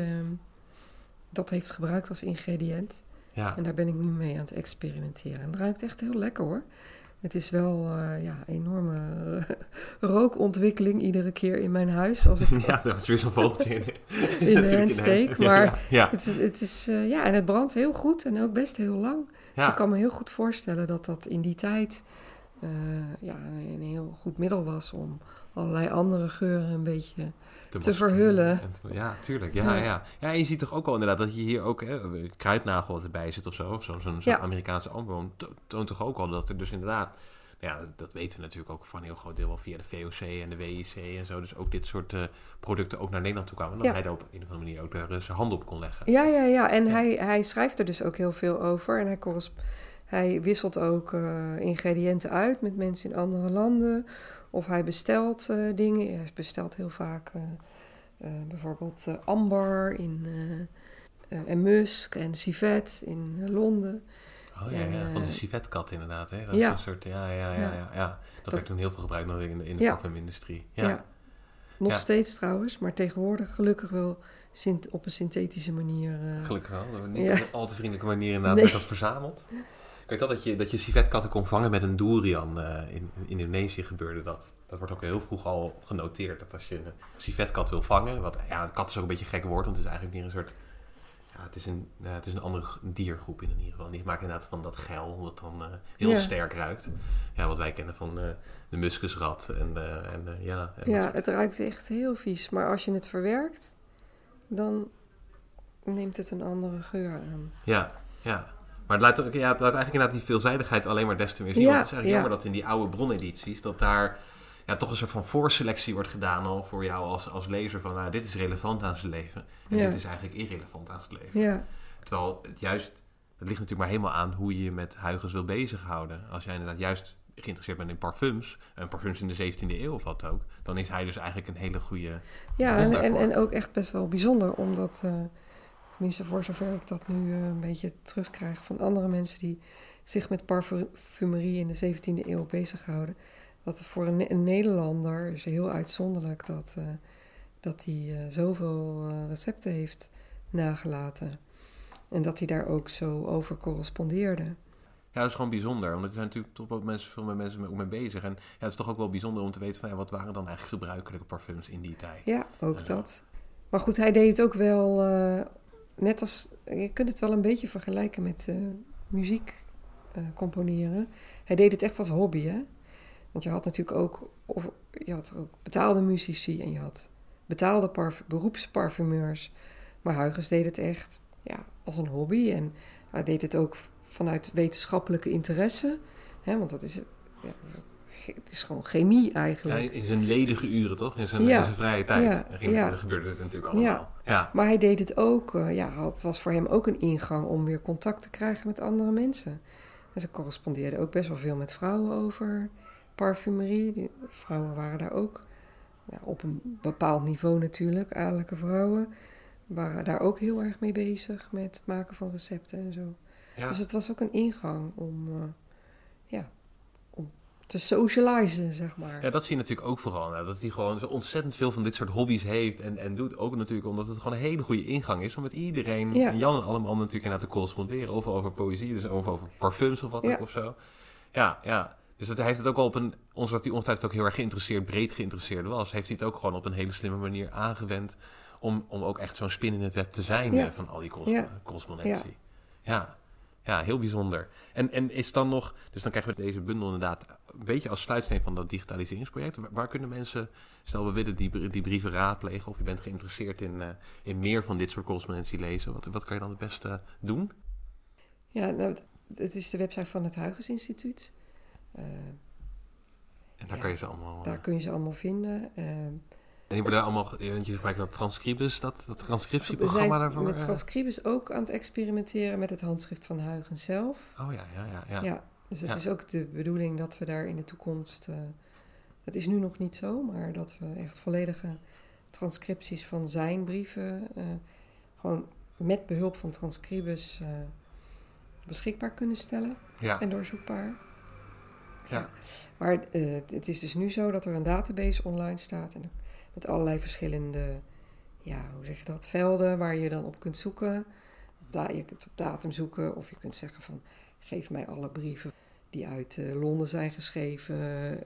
dat heeft gebruikt als ingrediënt. Ja. En daar ben ik nu mee aan het experimenteren. En het ruikt echt heel lekker hoor. Het is wel een enorme rookontwikkeling iedere keer in mijn huis. Als het Ja, daar was weer zo'n vogeltje in de hand steek. Maar ja. het is en het brandt heel goed en ook best heel lang. Ja. Dus ik kan me heel goed voorstellen dat in die tijd een heel goed middel was om allerlei andere geuren een beetje te verhullen. Ja, tuurlijk. Ja, en je ziet toch ook wel inderdaad dat je hier ook kruidnagel wat erbij zit of zo. Of zo'n Amerikaanse amberboom toont toch ook wel dat er dus inderdaad... Ja, dat weten we natuurlijk ook van een heel groot deel wel via de VOC en de WIC en zo. Dus ook dit soort producten ook naar Nederland toe kwamen. En dat hij daar op een of andere manier ook daar zijn hand op kon leggen. Ja. En hij schrijft er dus ook heel veel over. En hij wisselt ook ingrediënten uit met mensen in andere landen. Of hij bestelt dingen. Hij bestelt heel vaak bijvoorbeeld amber en musk en civet in Londen. Oh ja, van de civetkat inderdaad. Hè? Dat is een soort, ja. Dat werd toen heel veel gebruikt nog in de parfumindustrie. Ja. Nog steeds trouwens, maar tegenwoordig gelukkig wel op een synthetische manier. Gelukkig wel, niet op een al te vriendelijke manier inderdaad werd dat verzameld. Ik weet wel dat je civetkatten kon vangen met een durian. In Indonesië gebeurde dat. Dat wordt ook heel vroeg al genoteerd. Dat als je een civetkat wil vangen... een kat is ook een beetje een gek woord, want het is eigenlijk meer een soort... Ja, het is een andere diergroep in ieder geval. Die maakt inderdaad van dat geil, dat dan heel sterk ruikt. Ja, wat wij kennen van de muskusrat. Het ruikt echt heel vies. Maar als je het verwerkt, dan neemt het een andere geur aan. Ja. Maar het laat eigenlijk inderdaad die veelzijdigheid alleen maar des te meer zien. Want het is eigenlijk jammer dat in die oude bronedities, dat daar toch een soort van voorselectie wordt gedaan al voor jou als lezer van, dit is relevant aan zijn leven. En dit is eigenlijk irrelevant aan zijn leven. Ja. Terwijl het ligt natuurlijk maar helemaal aan hoe je je met Huygens wil bezighouden. Als jij inderdaad juist geïnteresseerd bent in parfums, en parfums in de 17e eeuw of wat ook, dan is hij dus eigenlijk een hele goede en ook echt best wel bijzonder, omdat... Tenminste, voor zover ik dat nu een beetje terugkrijg van andere mensen die zich met parfumerie in de 17e eeuw bezighouden. Dat voor een Nederlander is heel uitzonderlijk dat hij zoveel recepten heeft nagelaten. En dat hij daar ook zo over correspondeerde. Ja, dat is gewoon bijzonder. Want er zijn natuurlijk toch wel veel mensen mee bezig. En het is toch ook wel bijzonder om te weten van wat waren dan eigenlijk gebruikelijke parfums in die tijd. Ja, ook dat. Maar goed, hij deed het ook wel... net als, je kunt het wel een beetje vergelijken met muziek componeren. Hij deed het echt als hobby, hè. Want je had natuurlijk ook betaalde muzici en je had betaalde beroepsparfumeurs. Maar Huygens deed het echt als een hobby. En hij deed het ook vanuit wetenschappelijke interesse. Hè, want het is gewoon chemie eigenlijk. Ja, in zijn ledige uren, toch? In zijn vrije tijd gebeurde het natuurlijk allemaal. Ja. Maar hij deed het ook, het was voor hem ook een ingang om weer contact te krijgen met andere mensen. En ze correspondeerden ook best wel veel met vrouwen over parfumerie. Die vrouwen waren daar ook op een bepaald niveau natuurlijk. Adellijke vrouwen waren daar ook heel erg mee bezig met het maken van recepten en zo. Ja. Dus het was ook een ingang om te socializen, zeg maar. Ja, dat zie je natuurlijk ook vooral. Dat hij gewoon zo ontzettend veel van dit soort hobby's heeft en doet. Ook natuurlijk omdat het gewoon een hele goede ingang is om met iedereen en Jan en allemaal natuurlijk inderdaad te corresponderen. Of over poëzie, dus of over parfums of wat ook of zo. Ja. Dus hij heeft het ook wel omdat hij ongetwijfeld ook heel erg breed geïnteresseerd was, heeft hij het ook gewoon op een hele slimme manier aangewend om ook echt zo'n spin in het web te zijn van al die correspondentie. Ja, heel bijzonder. En is dan nog... Dus dan krijgen we deze bundel inderdaad een beetje als sluitsteen van dat digitaliseringsproject. Waar kunnen mensen, stel we willen die brieven raadplegen, of je bent geïnteresseerd in meer van dit soort correspondentie lezen, wat kan je dan het beste doen? Ja, het is de website van het Huygens Instituut. En daar kan je ze allemaal... Daar kun je ze allemaal vinden. En die worden allemaal, want je gebruikt dat Transcribus, dat transcriptieprogramma daarvoor? We zijn met Transcribus ook aan het experimenteren met het handschrift van Huygens zelf. Oh ja. Dus het is ook de bedoeling dat we daar in de toekomst... het is nu nog niet zo, maar dat we echt volledige transcripties van zijn brieven... gewoon met behulp van Transcribus beschikbaar kunnen stellen. Ja. En doorzoekbaar. Ja. Maar het is dus nu zo dat er een database online staat en met allerlei verschillende, hoe zeg je dat, velden waar je dan op kunt zoeken. Je kunt op datum zoeken of je kunt zeggen van, geef mij alle brieven die uit Londen zijn geschreven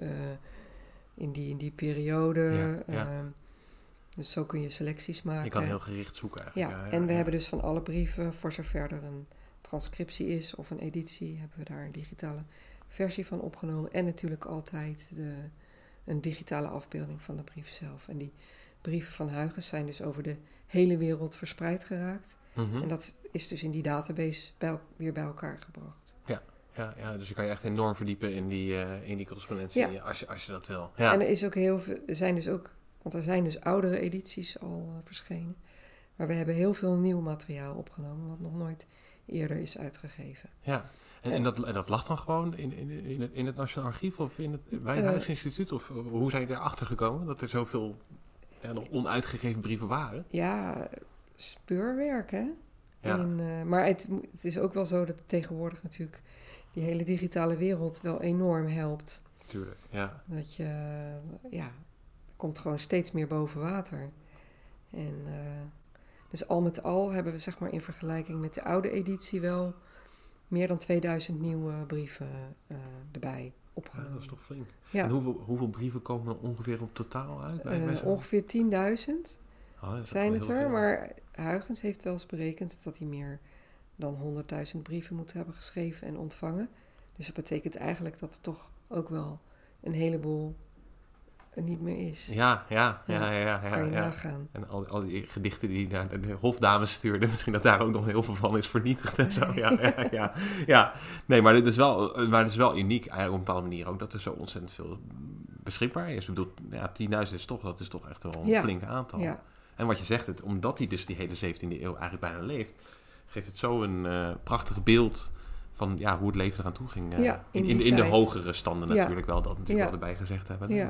in die periode. Ja. Dus zo kun je selecties maken. Je kan heel gericht zoeken eigenlijk. En we hebben dus van alle brieven, voor zover er een transcriptie is of een editie, hebben we daar een digitale versie van opgenomen. En natuurlijk altijd een digitale afbeelding van de brief zelf. En die brieven van Huygens zijn dus over de hele wereld verspreid geraakt. Mm-hmm. En dat is dus in die database weer bij elkaar gebracht. Ja, dus je kan je echt enorm verdiepen in die correspondentie als je dat wil. Ja. En er is ook heel veel, want er zijn dus oudere edities al verschenen. Maar we hebben heel veel nieuw materiaal opgenomen, wat nog nooit eerder is uitgegeven. Ja, en dat lag dan gewoon in het Nationaal Archief of in het Wijnhuis Instituut? Of hoe zijn je erachter gekomen dat er zoveel nog onuitgegeven brieven waren? Ja, speurwerk, hè? Ja. Maar het is ook wel zo dat tegenwoordig natuurlijk die hele digitale wereld wel enorm helpt. Tuurlijk, ja. Dat er komt gewoon steeds meer boven water. En dus al met al hebben we zeg maar in vergelijking met de oude editie wel meer dan 2000 nieuwe brieven erbij opgenomen. Ja, dat is toch flink. Ja. En hoeveel brieven komen er ongeveer op totaal uit? Ongeveer 10.000 zijn het er. Veel. Maar Huygens heeft wel eens berekend dat hij meer dan 100.000 brieven moet hebben geschreven en ontvangen. Dus dat betekent eigenlijk dat er toch ook wel een heleboel niet meer is. Ja. Kan je nagaan. En al die gedichten die naar de hofdames stuurden, misschien dat daar ook nog heel veel van is vernietigd en zo. Ja. Nee, maar het is wel uniek eigenlijk op een bepaalde manier ook dat er zo ontzettend veel beschikbaar is. Ik bedoel, 10.000 is toch echt wel een flink aantal. Ja. En wat je zegt, omdat hij dus die hele 17e eeuw eigenlijk bijna leeft, geeft het zo een prachtig beeld van hoe het leven eraan toe ging. In de hogere standen natuurlijk wel, dat natuurlijk wel erbij gezegd hebben.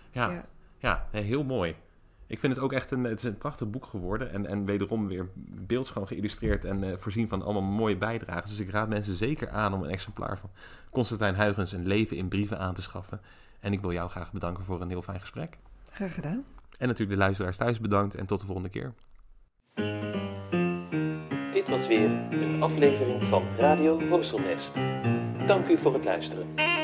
Maar heel mooi. Ik vind het ook echt het is een prachtig boek geworden. En wederom weer beeldschoon geïllustreerd en voorzien van allemaal mooie bijdragen. Dus ik raad mensen zeker aan om een exemplaar van Constantijn Huygens, Een leven in brieven aan te schaffen. En ik wil jou graag bedanken voor een heel fijn gesprek. Graag gedaan. En natuurlijk de luisteraars thuis bedankt en tot de volgende keer. Dit was weer een aflevering van Radio Horselnest. Dank u voor het luisteren.